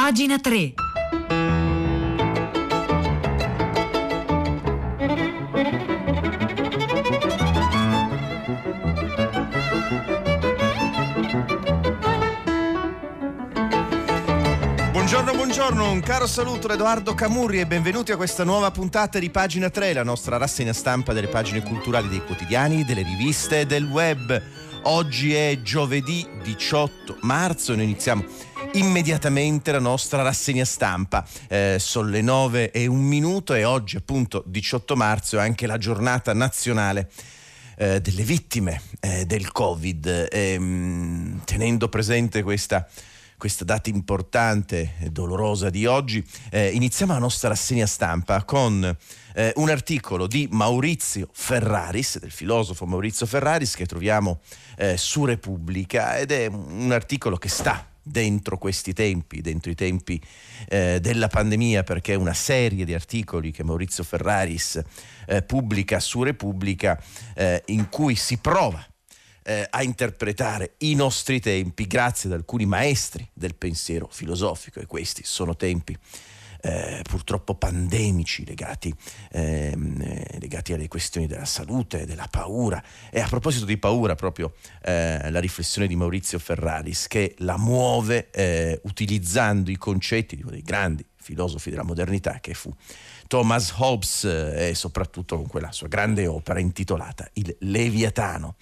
Pagina 3. Buongiorno, un caro saluto da Edoardo Camurri e benvenuti a questa nuova puntata di Pagina 3, la nostra rassegna stampa delle pagine culturali dei quotidiani, delle riviste e del web. Oggi è giovedì 18 marzo e noi iniziamo immediatamente la nostra rassegna stampa. Sono le 9:01 e oggi appunto 18 marzo è anche la giornata nazionale delle vittime del Covid. Tenendo presente questa data importante e dolorosa di oggi, iniziamo la nostra rassegna stampa con un articolo di Maurizio Ferraris, del filosofo Maurizio Ferraris, che troviamo su Repubblica, ed è un articolo che sta dentro questi tempi, dentro i tempi della pandemia, perché è una serie di articoli che Maurizio Ferraris pubblica su Repubblica, in cui si prova a interpretare i nostri tempi grazie ad alcuni maestri del pensiero filosofico, e questi sono tempi purtroppo pandemici, legati alle questioni della salute, della paura. E a proposito di paura, proprio la riflessione di Maurizio Ferraris, che la muove utilizzando i concetti di uno dei grandi filosofi della modernità, che fu Thomas Hobbes, e soprattutto con quella sua grande opera intitolata Il Leviatano.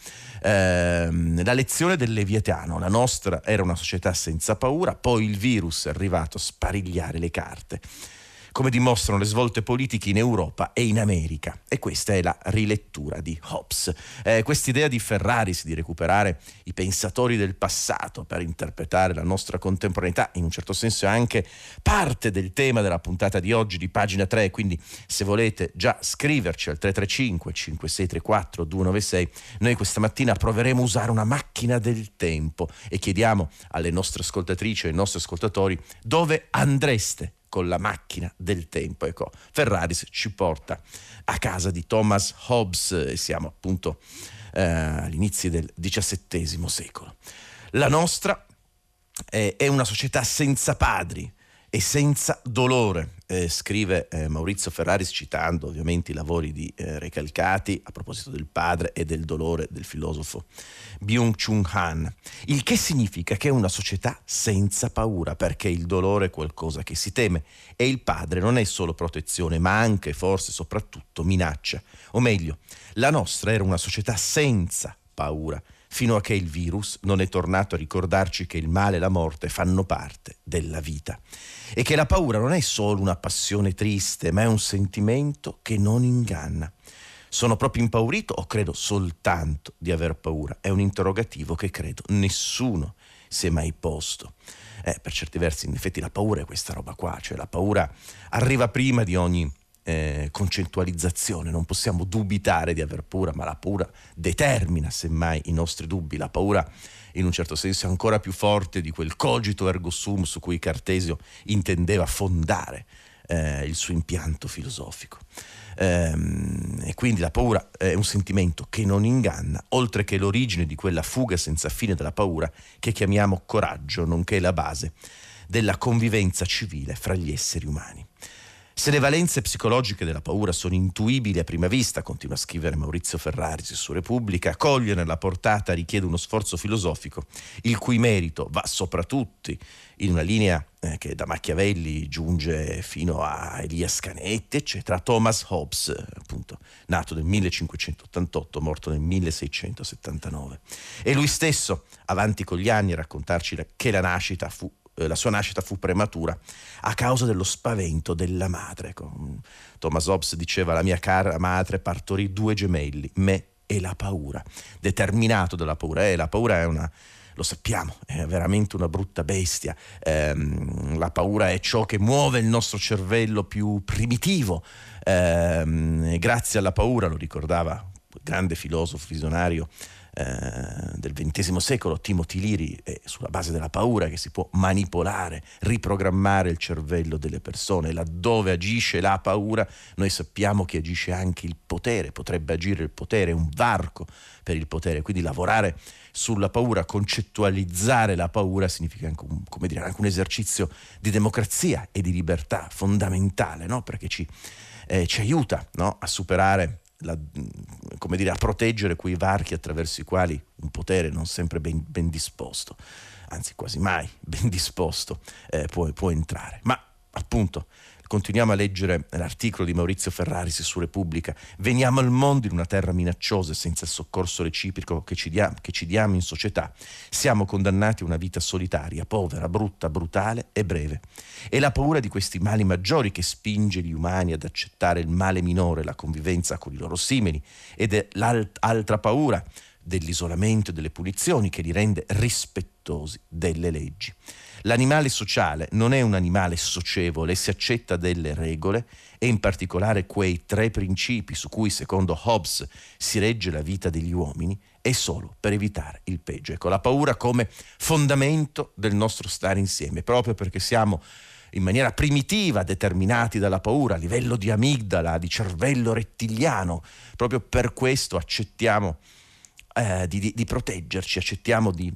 La lezione del Leviatano: la nostra era una società senza paura, poi il virus è arrivato a sparigliare le carte, come dimostrano le svolte politiche in Europa e in America. E questa è la rilettura di Hobbes. Quest'idea di Ferraris di recuperare i pensatori del passato per interpretare la nostra contemporaneità, in un certo senso è anche parte del tema della puntata di oggi di Pagina 3, quindi se volete già scriverci al 335 5634 296, noi questa mattina proveremo a usare una macchina del tempo e chiediamo alle nostre ascoltatrici e ai nostri ascoltatori dove andreste con la macchina del tempo. Ecco, Ferraris ci porta a casa di Thomas Hobbes e siamo appunto agli inizi del XVII secolo. La nostra è una società senza padri e senza dolore, scrive Maurizio Ferraris, citando ovviamente i lavori di Recalcati a proposito del padre e del dolore del filosofo Byung-Chul Han. Il che significa che è una società senza paura, perché il dolore è qualcosa che si teme e il padre non è solo protezione, ma anche, forse soprattutto, minaccia. O meglio, la nostra era una società senza paura, fino a che il virus non è tornato a ricordarci che il male e la morte fanno parte della vita e che la paura non è solo una passione triste, ma è un sentimento che non inganna. Sono proprio impaurito o credo soltanto di aver paura? È un interrogativo che credo nessuno si è mai posto. Per certi versi, in effetti, la paura è questa roba qua, cioè la paura arriva prima di ogni concettualizzazione. Non possiamo dubitare di aver paura, ma la paura determina semmai i nostri dubbi. La paura, in un certo senso, è ancora più forte di quel cogito ergo sum su cui Cartesio intendeva fondare il suo impianto filosofico. E quindi la paura è un sentimento che non inganna, oltre che l'origine di quella fuga senza fine della paura che chiamiamo coraggio, nonché la base della convivenza civile fra gli esseri umani. Se le valenze psicologiche della paura sono intuibili a prima vista, continua a scrivere Maurizio Ferraris su Repubblica, coglierne la portata richiede uno sforzo filosofico, il cui merito va sopra tutti, in una linea che da Machiavelli giunge fino a Elias Canetti, eccetera, Thomas Hobbes, appunto, nato nel 1588, morto nel 1679. E lui stesso, avanti con gli anni, a raccontarci che la sua nascita fu prematura a causa dello spavento della madre. Thomas Hobbes diceva: la mia cara madre partorì 2 gemelli, me e la paura. Determinato dalla paura. La paura è lo sappiamo, è veramente una brutta bestia. La paura è ciò che muove il nostro cervello più primitivo. Grazie alla paura, lo ricordava il grande filosofo visionario del XX secolo, Timothy Leary, è sulla base della paura che si può manipolare, riprogrammare il cervello delle persone. Laddove agisce la paura, noi sappiamo che agisce anche il potere, potrebbe agire il potere, è un varco per il potere, quindi lavorare sulla paura, concettualizzare la paura significa anche anche un esercizio di democrazia e di libertà fondamentale, no? Perché ci aiuta, no? A superare a proteggere quei varchi attraverso i quali un potere non sempre ben disposto, anzi quasi mai ben disposto, può entrare. Ma appunto continuiamo a leggere l'articolo di Maurizio Ferraris su Repubblica. Veniamo al mondo in una terra minacciosa e senza il soccorso reciproco che ci diamo in società. Siamo condannati a una vita solitaria, povera, brutta, brutale e breve. È la paura di questi mali maggiori che spinge gli umani ad accettare il male minore, la convivenza con i loro simili, ed è l'altra paura dell'isolamento e delle punizioni che li rende rispettosi delle leggi. L'animale sociale non è un animale socievole, si accetta delle regole e in particolare quei 3 principi su cui secondo Hobbes si regge la vita degli uomini è solo per evitare il peggio. Ecco, la paura come fondamento del nostro stare insieme, proprio perché siamo in maniera primitiva determinati dalla paura a livello di amigdala, di cervello rettiliano. Proprio per questo accettiamo di proteggerci, accettiamo di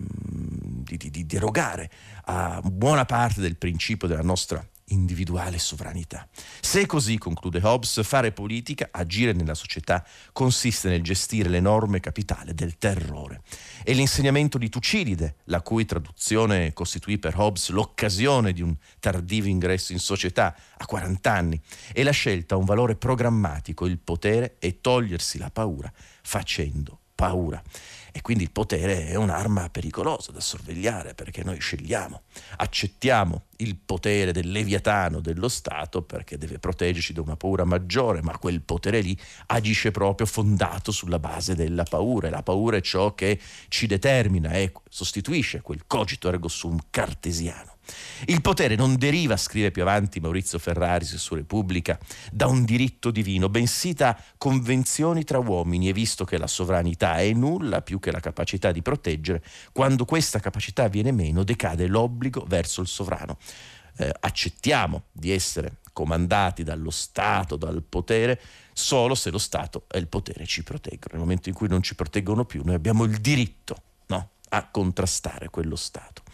derogare a buona parte del principio della nostra individuale sovranità. Se è così, conclude Hobbes, fare politica, agire nella società, consiste nel gestire l'enorme capitale del terrore. E l'insegnamento di Tucidide, la cui traduzione costituì per Hobbes l'occasione di un tardivo ingresso in società a 40 anni, e la scelta ha un valore programmatico: il potere è togliersi la paura facendo paura. E quindi il potere è un'arma pericolosa da sorvegliare, perché noi accettiamo il potere del leviatano dello Stato perché deve proteggerci da una paura maggiore, ma quel potere lì agisce proprio fondato sulla base della paura, e la paura è ciò che ci determina e sostituisce quel cogito ergo sum cartesiano. Il potere non deriva, scrive più avanti Maurizio Ferraris su Repubblica, da un diritto divino, bensì da convenzioni tra uomini, e visto che la sovranità è nulla più che la capacità di proteggere, quando questa capacità viene meno decade l'obbligo verso il sovrano. Accettiamo di essere comandati dallo Stato, dal potere, solo se lo Stato e il potere ci proteggono. Nel momento in cui non ci proteggono più, noi abbiamo il diritto, no, a contrastare quello Stato.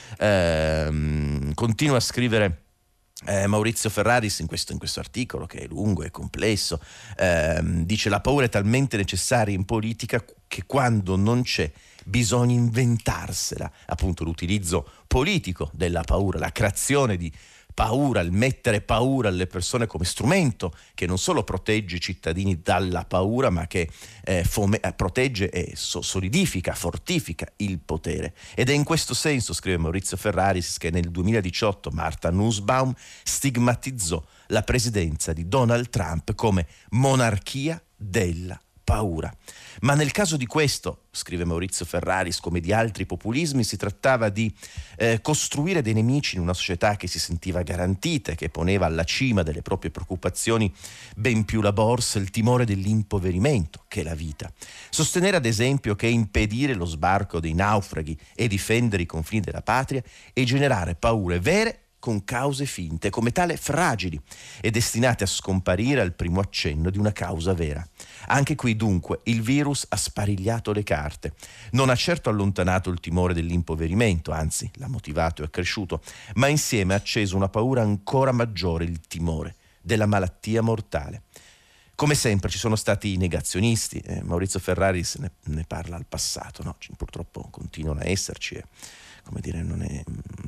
Continua a scrivere Maurizio Ferraris in questo articolo, che è lungo e complesso. Dice: la paura è talmente necessaria in politica che quando non c'è bisogna inventarsela, appunto l'utilizzo politico della paura, la creazione di paura, il mettere paura alle persone come strumento che non solo protegge i cittadini dalla paura, ma che protegge e solidifica, fortifica il potere. Ed è in questo senso, scrive Maurizio Ferraris, che nel 2018 Martha Nussbaum stigmatizzò la presidenza di Donald Trump come monarchia della paura. Ma nel caso di questo, scrive Maurizio Ferraris, come di altri populismi, si trattava di costruire dei nemici in una società che si sentiva garantita e che poneva alla cima delle proprie preoccupazioni ben più la borsa, il timore dell'impoverimento che la vita. Sostenere ad esempio che impedire lo sbarco dei naufraghi e difendere i confini della patria è generare paure vere con cause finte, come tale fragili e destinate a scomparire al primo accenno di una causa vera. Anche qui dunque il virus ha sparigliato le carte. Non ha certo allontanato il timore dell'impoverimento, anzi l'ha motivato e accresciuto, ma insieme ha acceso una paura ancora maggiore, il timore della malattia mortale. Come sempre ci sono stati i negazionisti, Maurizio Ferraris ne parla al passato, no? Purtroppo continuano a esserci, non è...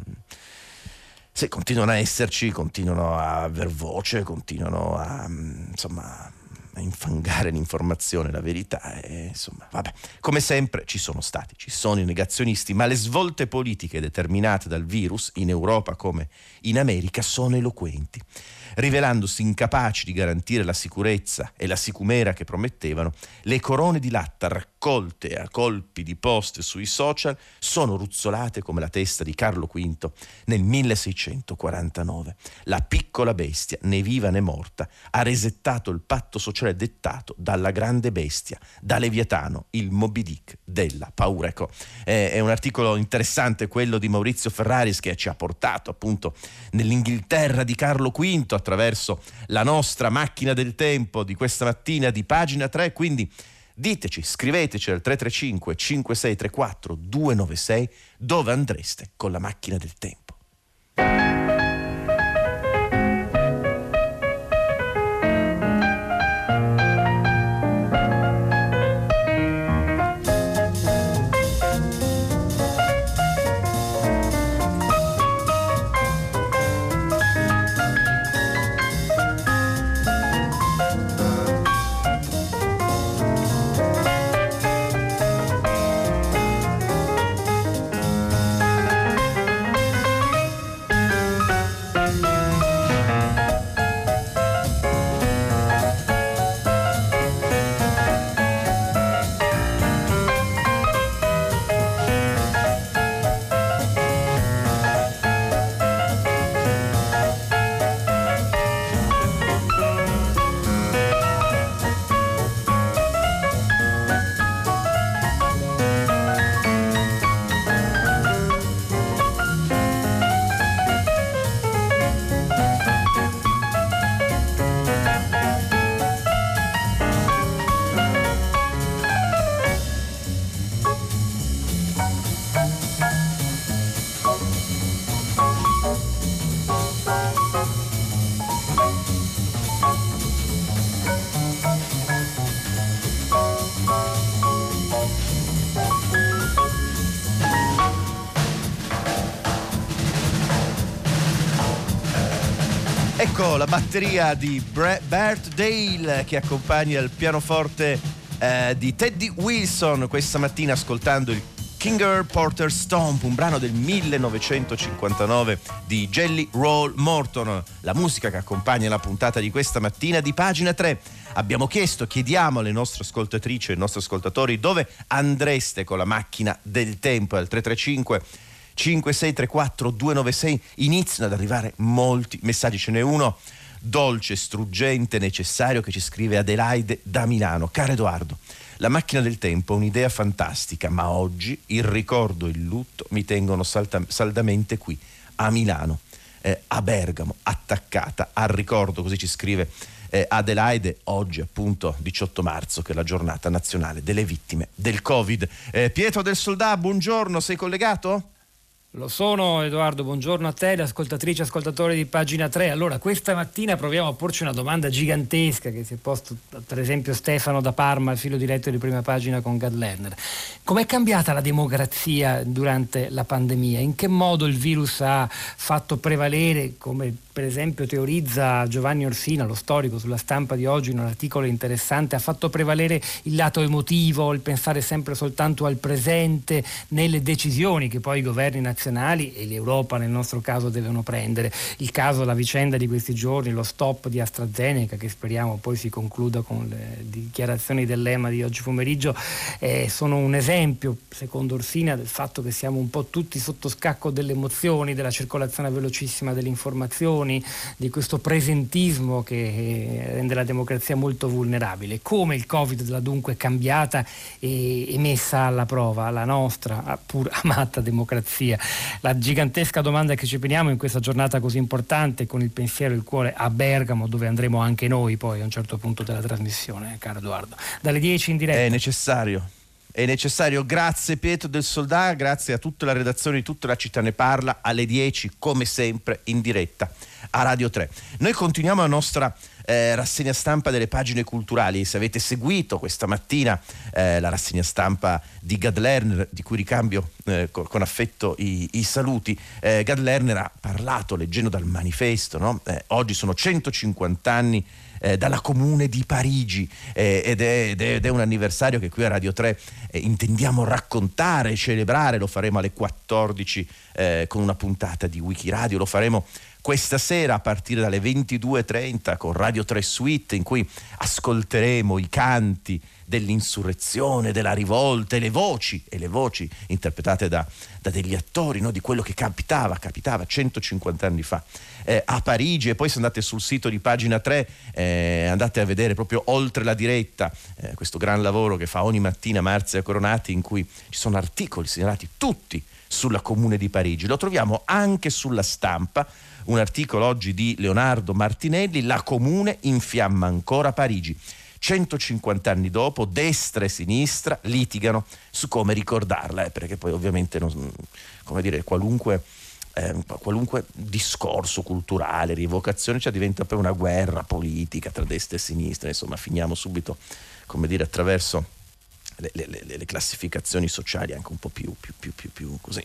Se continuano a esserci, continuano a aver voce, continuano a infangare l'informazione, la verità, vabbè. Come sempre ci sono i negazionisti, ma le svolte politiche determinate dal virus in Europa come in America sono eloquenti. rivelandosi incapaci di garantire la sicurezza e la sicumera che promettevano, le corone di latta raccolte a colpi di post sui social sono ruzzolate come la testa di Carlo V nel 1649. La piccola bestia, né viva né morta, ha resettato il patto sociale dettato dalla grande bestia, da Leviatano, il Moby Dick della paura. Ecco, è un articolo interessante quello di Maurizio Ferraris, che ci ha portato appunto nell'Inghilterra di Carlo V attraverso la nostra macchina del tempo di questa mattina di Pagina 3. Quindi diteci, scriveteci al 335 5634 296 dove andreste con la macchina del tempo. Ecco la batteria di Bert Dale che accompagna il pianoforte di Teddy Wilson questa mattina, ascoltando il Kinger Porter Stomp, un brano del 1959 di Jelly Roll Morton, la musica che accompagna la puntata di questa mattina di Pagina 3. Abbiamo chiediamo alle nostre ascoltatrici e ai nostri ascoltatori dove andreste con la macchina del tempo. Al 335 5634 296 iniziano ad arrivare molti messaggi. Ce n'è uno dolce, struggente, necessario, che ci scrive Adelaide da Milano. Caro Edoardo, la macchina del tempo è un'idea fantastica, ma oggi il ricordo e il lutto mi tengono saldamente qui a Milano, a Bergamo, attaccata al ricordo, così ci scrive Adelaide, oggi appunto 18 marzo, che è la giornata nazionale delle vittime del Covid. Pietro del Soldà, buongiorno, sei collegato? Lo sono, Edoardo, buongiorno a te, le ascoltatrici e ascoltatori di Pagina 3. Allora, questa mattina proviamo a porci una domanda gigantesca che si è posto per esempio Stefano da Parma, il filo diretto di Prima Pagina con Gad Lerner. Com'è cambiata la democrazia durante la pandemia? In che modo il virus ha fatto prevalere, come per esempio teorizza Giovanni Orsina, lo storico, sulla Stampa di oggi, in un articolo interessante, ha fatto prevalere il lato emotivo, il pensare sempre soltanto al presente nelle decisioni che poi i governi nazionali e l'Europa nel nostro caso devono prendere. Il caso, la vicenda di questi giorni, lo stop di AstraZeneca, che speriamo poi si concluda con le dichiarazioni dell'EMA di oggi pomeriggio, sono un esempio, secondo Orsina, del fatto che siamo un po' tutti sotto scacco delle emozioni, della circolazione velocissima delle informazioni, di questo presentismo che rende la democrazia molto vulnerabile. Come il Covid l'ha dunque cambiata e messa alla prova la nostra pur amata democrazia? La gigantesca domanda che ci poniamo in questa giornata così importante, con il pensiero e il cuore a Bergamo, dove andremo anche noi poi a un certo punto della trasmissione, caro Edoardo, dalle 10 in diretta. È necessario. Grazie Pietro del Soldà, grazie a tutta la redazione di Tutta la città ne parla, alle 10 come sempre in diretta a Radio 3. Noi continuiamo la nostra rassegna stampa delle pagine culturali. Se avete seguito questa mattina la rassegna stampa di Gad Lerner, di cui ricambio con affetto i saluti, Gad Lerner ha parlato leggendo dal manifesto, no? Oggi sono 150 anni dalla Comune di Parigi ed è un anniversario che qui a Radio 3 intendiamo raccontare e celebrare. Lo faremo alle 14 con una puntata di Wikiradio. Lo faremo questa sera a partire dalle 22:30 con Radio 3 Suite, in cui ascolteremo i canti dell'insurrezione, della rivolta e le voci interpretate da degli attori, no? Di quello che capitava 150 anni fa a Parigi. E poi se andate sul sito di Pagina 3 andate a vedere proprio Oltre la diretta, questo gran lavoro che fa ogni mattina Marzia Coronati, in cui ci sono articoli segnalati tutti sulla Comune di Parigi. Lo troviamo anche sulla Stampa, un articolo oggi di Leonardo Martinelli: la Comune infiamma ancora Parigi. 150 anni dopo, destra e sinistra litigano su come ricordarla, perché poi ovviamente qualunque discorso culturale, rievocazione, diventa poi una guerra politica tra destra e sinistra. Insomma, finiamo subito, attraverso le classificazioni sociali anche un po' più così,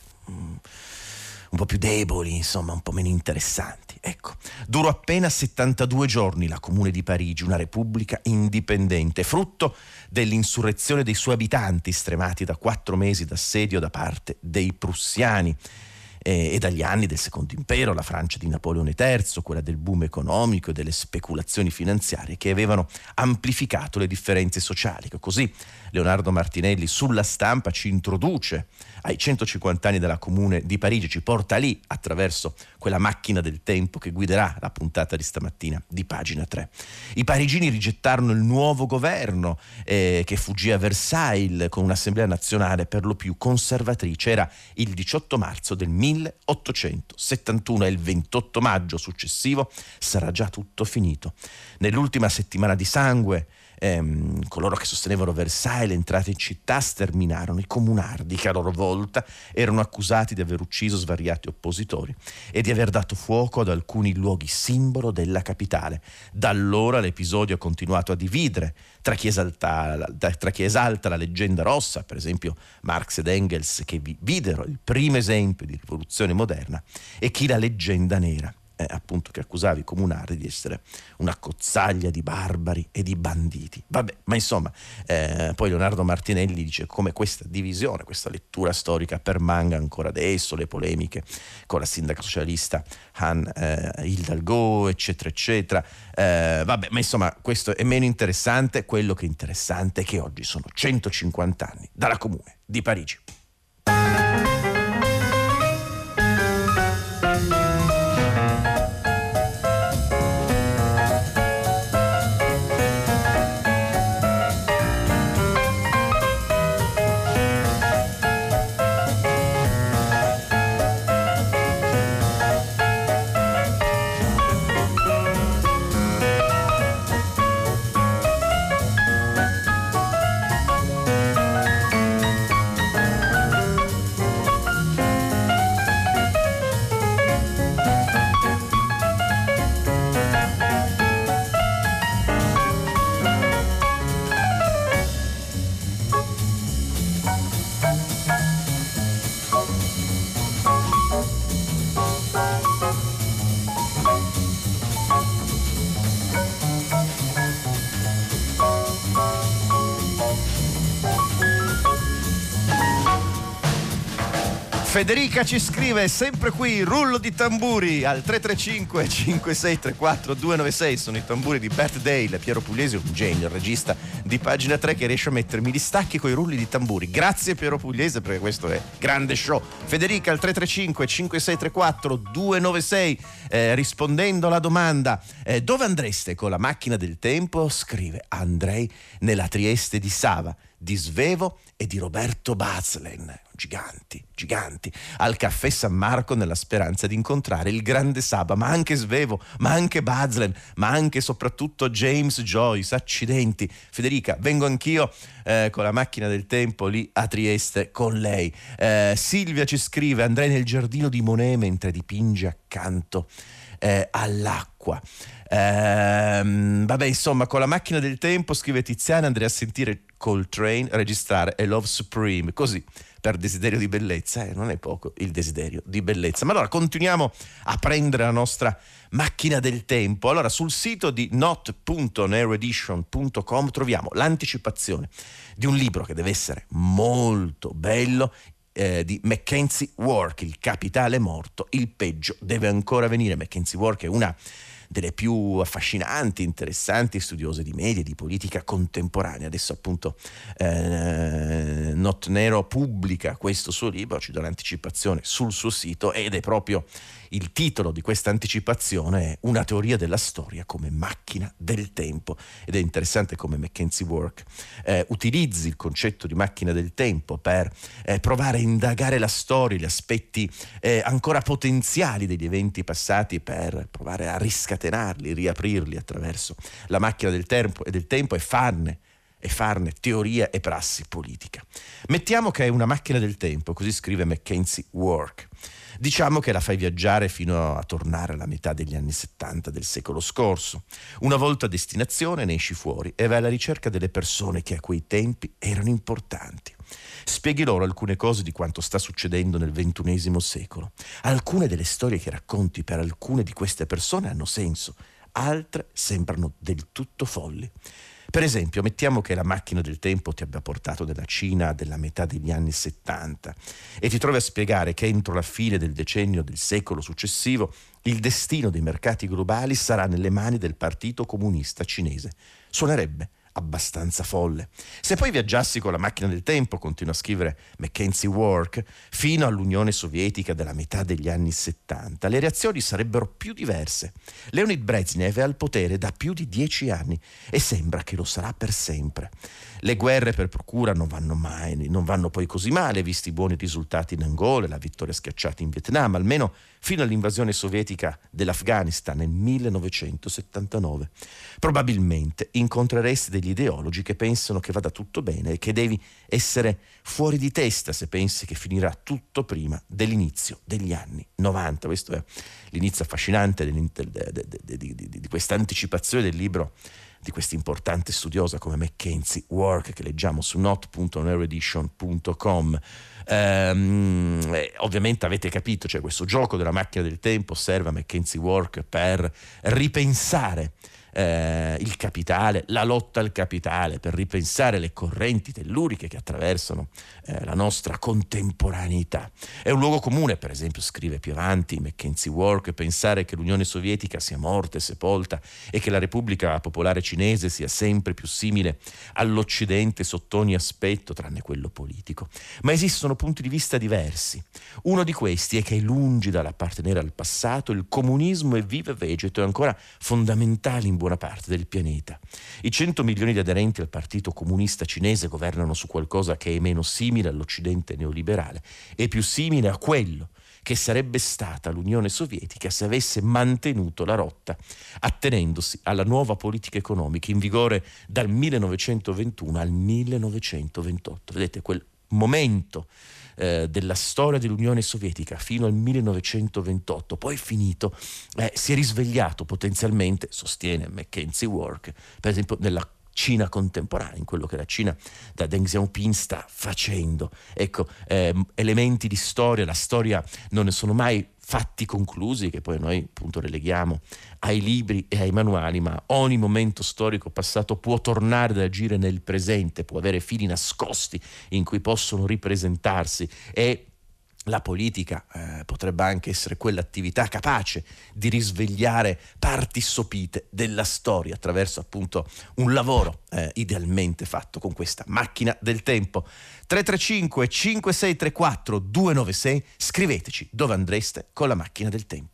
un po' più deboli, insomma, un po' meno interessanti. Ecco, durò appena 72 giorni la Comune di Parigi, una repubblica indipendente, frutto dell'insurrezione dei suoi abitanti, stremati da 4 mesi d'assedio da parte dei prussiani e dagli anni del Secondo Impero, la Francia di Napoleone III, quella del boom economico e delle speculazioni finanziarie che avevano amplificato le differenze sociali. Così Leonardo Martinelli sulla Stampa ci introduce ai 150 anni della Comune di Parigi, ci porta lì attraverso quella macchina del tempo che guiderà la puntata di stamattina di Pagina 3. I parigini rigettarono il nuovo governo che fuggì a Versailles con un'assemblea nazionale per lo più conservatrice. Era il 18 marzo del 1871 e il 28 maggio successivo sarà già tutto finito. Nell'ultima settimana di sangue, coloro che sostenevano Versailles, l'entrata in città, sterminarono i comunardi, che a loro volta erano accusati di aver ucciso svariati oppositori e di aver dato fuoco ad alcuni luoghi simbolo della capitale. Da allora l'episodio ha continuato a dividere tra chi esalta la leggenda rossa, per esempio Marx ed Engels, che videro il primo esempio di rivoluzione moderna, e chi la leggenda nera, appunto, che accusava i comunardi di essere una cozzaglia di barbari e di banditi. Vabbè, ma insomma, poi Leonardo Martinelli dice come questa divisione, questa lettura storica permanga ancora adesso, le polemiche con la sindaca socialista Anne Hidalgo, eccetera eccetera. Vabbè, ma insomma, questo è meno interessante. Quello che è interessante è che oggi sono 150 anni dalla Comune di Parigi. Federica ci scrive sempre qui, rullo di tamburi al 335 5634 296. Sono i tamburi di Bert Dale. Piero Pugliese è un genio, il regista di Pagina 3, che riesce a mettermi gli stacchi coi rulli di tamburi. Grazie Piero Pugliese, perché questo è grande show. Federica al 335 5634 296, rispondendo alla domanda dove andreste con la macchina del tempo, scrive: andrei nella Trieste di Sava, di Svevo e di Roberto Bazlen, giganti, al caffè San Marco, nella speranza di incontrare il grande Saba, ma anche Svevo, ma anche Bazlen, ma anche e soprattutto James Joyce. Accidenti. Federica, vengo anch'io con la macchina del tempo lì a Trieste con lei. Silvia ci scrive: andrei nel giardino di Monet mentre dipinge accanto all'acqua. Vabbè, insomma, con la macchina del tempo, scrive Tiziana, andrei a sentire Coltrane registrare A Love Supreme, così, per desiderio di bellezza. Non è poco il desiderio di bellezza. Ma allora continuiamo a prendere la nostra macchina del tempo. Allora, sul sito di not.neroedition.com troviamo l'anticipazione di un libro che deve essere molto bello, di Mackenzie Wark, Il capitale morto, il peggio deve ancora venire. Mackenzie Wark è una delle più affascinanti, interessanti studiose di media e di politica contemporanea. Adesso appunto Not Nero pubblica questo suo libro, ci dà un'anticipazione sul suo sito, ed è proprio il titolo di questa anticipazione è Una teoria della storia come macchina del tempo. Ed è interessante come Mackenzie Wark utilizzi il concetto di macchina del tempo per provare a indagare la storia, gli aspetti ancora potenziali degli eventi passati, per provare a riscatenarli, riaprirli attraverso la macchina del tempo e farne teoria e prassi politica. Mettiamo che è una macchina del tempo, così scrive Mackenzie Wark. Diciamo che la fai viaggiare fino a tornare alla metà degli anni 70 del secolo scorso. Una volta a destinazione ne esci fuori e vai alla ricerca delle persone che a quei tempi erano importanti. Spieghi loro alcune cose di quanto sta succedendo nel XXI secolo. Alcune delle storie che racconti per alcune di queste persone hanno senso, altre sembrano del tutto folli. Per esempio, mettiamo che la macchina del tempo ti abbia portato nella Cina della metà degli anni 70 e ti trovi a spiegare che entro la fine del decennio del secolo successivo il destino dei mercati globali sarà nelle mani del Partito Comunista Cinese. Suonerebbe abbastanza folle. Se poi viaggiassi con la macchina del tempo, continua a scrivere Mackenzie Wark, fino all'Unione Sovietica della metà degli anni 70, le reazioni sarebbero più diverse. Leonid Brezhnev è al potere da più di 10 anni e sembra che lo sarà per sempre. Le guerre per procura non vanno poi così male, visti i buoni risultati in Angola e la vittoria schiacciata in Vietnam, almeno fino all'invasione sovietica dell'Afghanistan nel 1979. Probabilmente incontreresti degli ideologi che pensano che vada tutto bene e che devi essere fuori di testa se pensi che finirà tutto prima dell'inizio degli anni 90. Questo è l'inizio affascinante di questa anticipazione del libro di questa importante studiosa come Mackenzie Wark, che leggiamo su not.neroedition.com. Ovviamente avete capito, cioè questo gioco della macchina del tempo serve a Mackenzie Wark per ripensare il capitale, la lotta al capitale, per ripensare le correnti telluriche che attraversano la nostra contemporaneità. È un luogo comune, per esempio, scrive più avanti Mackenzie Wark, pensare che l'Unione Sovietica sia morta e sepolta e che la Repubblica Popolare Cinese sia sempre più simile all'Occidente sotto ogni aspetto, tranne quello politico. Ma esistono punti di vista diversi. Uno di questi è che, lungi dall'appartenere al passato, il comunismo è vivo e vegeto, è ancora fondamentale in buona parte del pianeta. I 100 milioni di aderenti al Partito Comunista Cinese governano su qualcosa che è meno simile all'Occidente neoliberale e più simile a quello che sarebbe stata l'Unione Sovietica se avesse mantenuto la rotta, attenendosi alla nuova politica economica in vigore dal 1921 al 1928. Vedete, quel momento della storia dell'Unione Sovietica fino al 1928, poi finito, si è risvegliato potenzialmente, sostiene Mackenzie Wark, per esempio nella Cina contemporanea, in quello che la Cina da Deng Xiaoping sta facendo. Ecco, elementi di storia, la storia non ne sono mai fatti conclusi, che poi noi appunto releghiamo ai libri e ai manuali, ma ogni momento storico passato può tornare ad agire nel presente, può avere fili nascosti in cui possono ripresentarsi, e la politica potrebbe anche essere quell'attività capace di risvegliare parti sopite della storia attraverso appunto un lavoro idealmente fatto con questa macchina del tempo. 335 5634 296, scriveteci dove andreste con la macchina del tempo.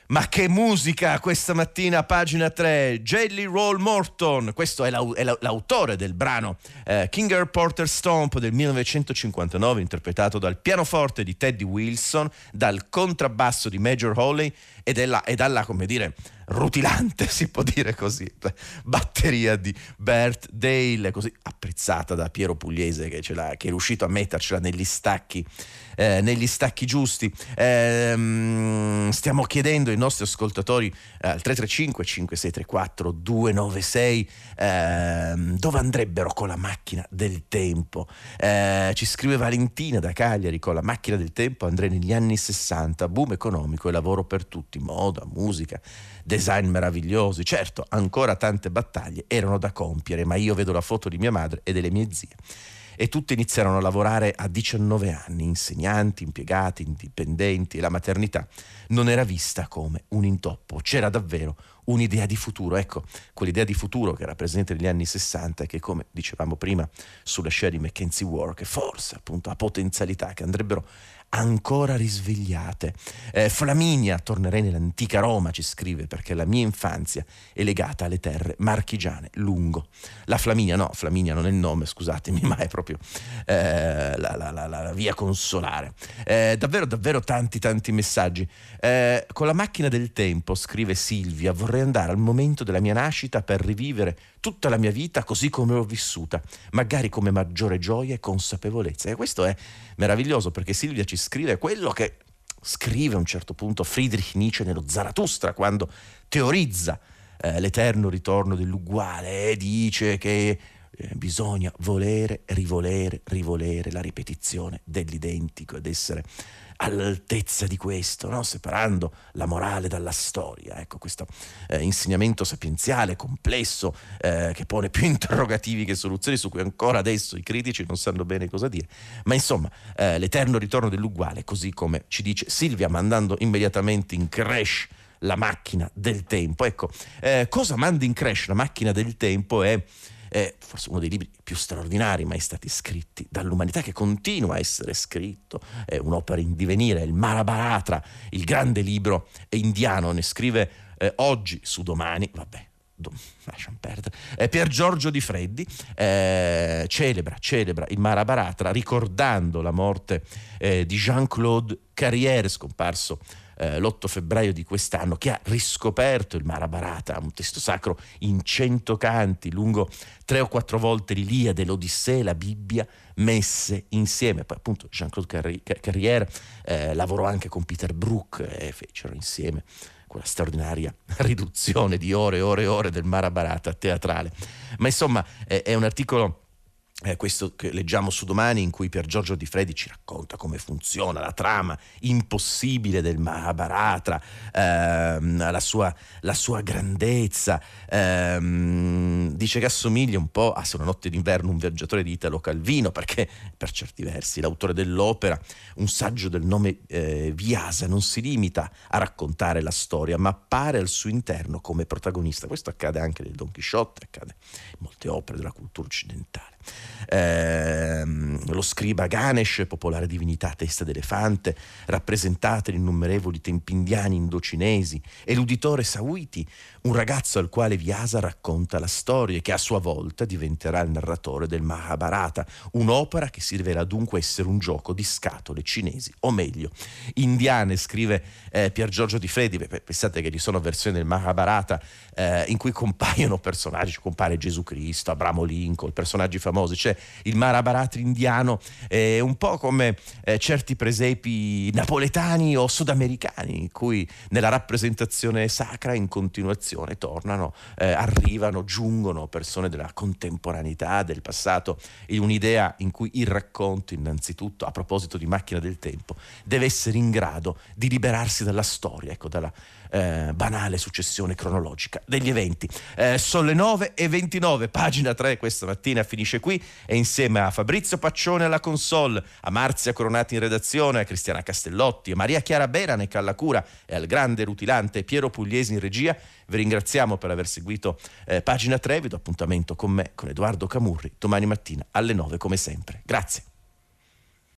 Ma che musica questa mattina, pagina 3. Jelly Roll Morton, questo è l'autore del brano King Earl Porter Stomp del 1959, interpretato dal pianoforte di Teddy Wilson, dal contrabbasso di Major Hawley e dalla, come dire, rutilante, si può dire così, batteria di Bert Dale, così apprezzata da Piero Pugliese che è riuscito a mettercela negli stacchi giusti. Stiamo chiedendo ai nostri ascoltatori al 335 5634 296 dove andrebbero con la macchina del tempo. Ci scrive Valentina da Cagliari: con la macchina del tempo andrei negli anni 60, boom economico e lavoro per tutti, moda, musica, design meravigliosi. Certo, ancora tante battaglie erano da compiere, ma io vedo la foto di mia madre e delle mie zie e tutte iniziarono a lavorare a 19 anni, insegnanti, impiegati, indipendenti, e la maternità non era vista come un intoppo, c'era davvero un'idea di futuro. Ecco, quell'idea di futuro che era presente negli anni 60 e che, come dicevamo prima sulla scia di Mackenzie War, che forse appunto ha potenzialità che andrebbero ancora risvegliate. Flaminia, tornerei nell'antica Roma, ci scrive, perché la mia infanzia è legata alle terre marchigiane. Lungo. La Flaminia non è il nome, scusatemi, ma è proprio la via consolare. Davvero tanti messaggi. Con la macchina del tempo, scrive Silvia, vorrei andare al momento della mia nascita per rivivere tutta la mia vita così come l'ho vissuta, magari come maggiore gioia e consapevolezza. E questo è meraviglioso, perché Silvia ci scrive quello che scrive a un certo punto Friedrich Nietzsche nello Zarathustra, quando teorizza l'eterno ritorno dell'uguale, e dice che bisogna volere, rivolere la ripetizione dell'identico ed essere all'altezza di questo, no? Separando la morale dalla storia. Ecco, questo insegnamento sapienziale complesso che pone più interrogativi che soluzioni, su cui ancora adesso i critici non sanno bene cosa dire. Ma insomma, l'eterno ritorno dell'uguale, così come ci dice Silvia, mandando immediatamente in crash la macchina del tempo. Ecco, cosa manda in crash la macchina del tempo è forse uno dei libri più straordinari mai stati scritti dall'umanità, che continua a essere scritto, è un'opera in divenire, il Mahabharata, il grande libro indiano. Ne scrive oggi su Domani, lasciamo perdere, Pier Giorgio Di Freddi, celebra il Mahabharata ricordando la morte di Jean-Claude Carrière, scomparso l'8 febbraio di quest'anno, che ha riscoperto il Mahabharata, un testo sacro in 100 canti, lungo 3 o 4 volte l'Iliade, l'Odissea e la Bibbia messe insieme. Poi appunto Jean-Claude Carrière lavorò anche con Peter Brook e fecero insieme quella straordinaria riduzione di ore e ore del Mahabharata teatrale. Ma insomma è un articolo, questo che leggiamo su Domani, in cui Pier Giorgio Di Freddi ci racconta come funziona la trama impossibile del Mahabharata, la sua grandezza. Dice che assomiglia un po' a Se una notte d'inverno un viaggiatore di Italo Calvino, perché per certi versi l'autore dell'opera, un saggio del nome Vyasa, non si limita a raccontare la storia, ma appare al suo interno come protagonista. Questo accade anche nel Don Chisciotte, accade in molte opere della cultura occidentale. Lo scriba Ganesh, popolare divinità a testa d'elefante, rappresentata in innumerevoli tempi indiani, indocinesi, e l'uditore Sawiti, un ragazzo al quale Vyasa racconta la storia e che a sua volta diventerà il narratore del Mahabharata, un'opera che si rivela dunque essere un gioco di scatole cinesi, o meglio indiane, scrive Pier Giorgio Di Freddi. Pensate che ci sono versioni del Mahabharata in cui compaiono personaggi, compare Gesù Cristo, Abramo Lincoln, personaggi famosi. Cioè il Mahabharata indiano è un po' come certi presepi napoletani o sudamericani, in cui nella rappresentazione sacra in continuazione tornano, arrivano, giungono persone della contemporaneità, del passato, in un'idea in cui il racconto, innanzitutto, a proposito di macchina del tempo, deve essere in grado di liberarsi dalla storia, ecco, dalla banale successione cronologica degli eventi. Sono le 9:29, pagina 3 questa mattina finisce qui, e insieme a Fabrizio Paccione alla console, a Marzia Coronati in redazione, a Cristiana Castellotti, a Maria Chiara Beranec alla cura e al grande rutilante Piero Pugliesi in regia, vi ringraziamo per aver seguito pagina 3. Vi do appuntamento con me, con Edoardo Camurri, domani mattina alle 9 come sempre. Grazie.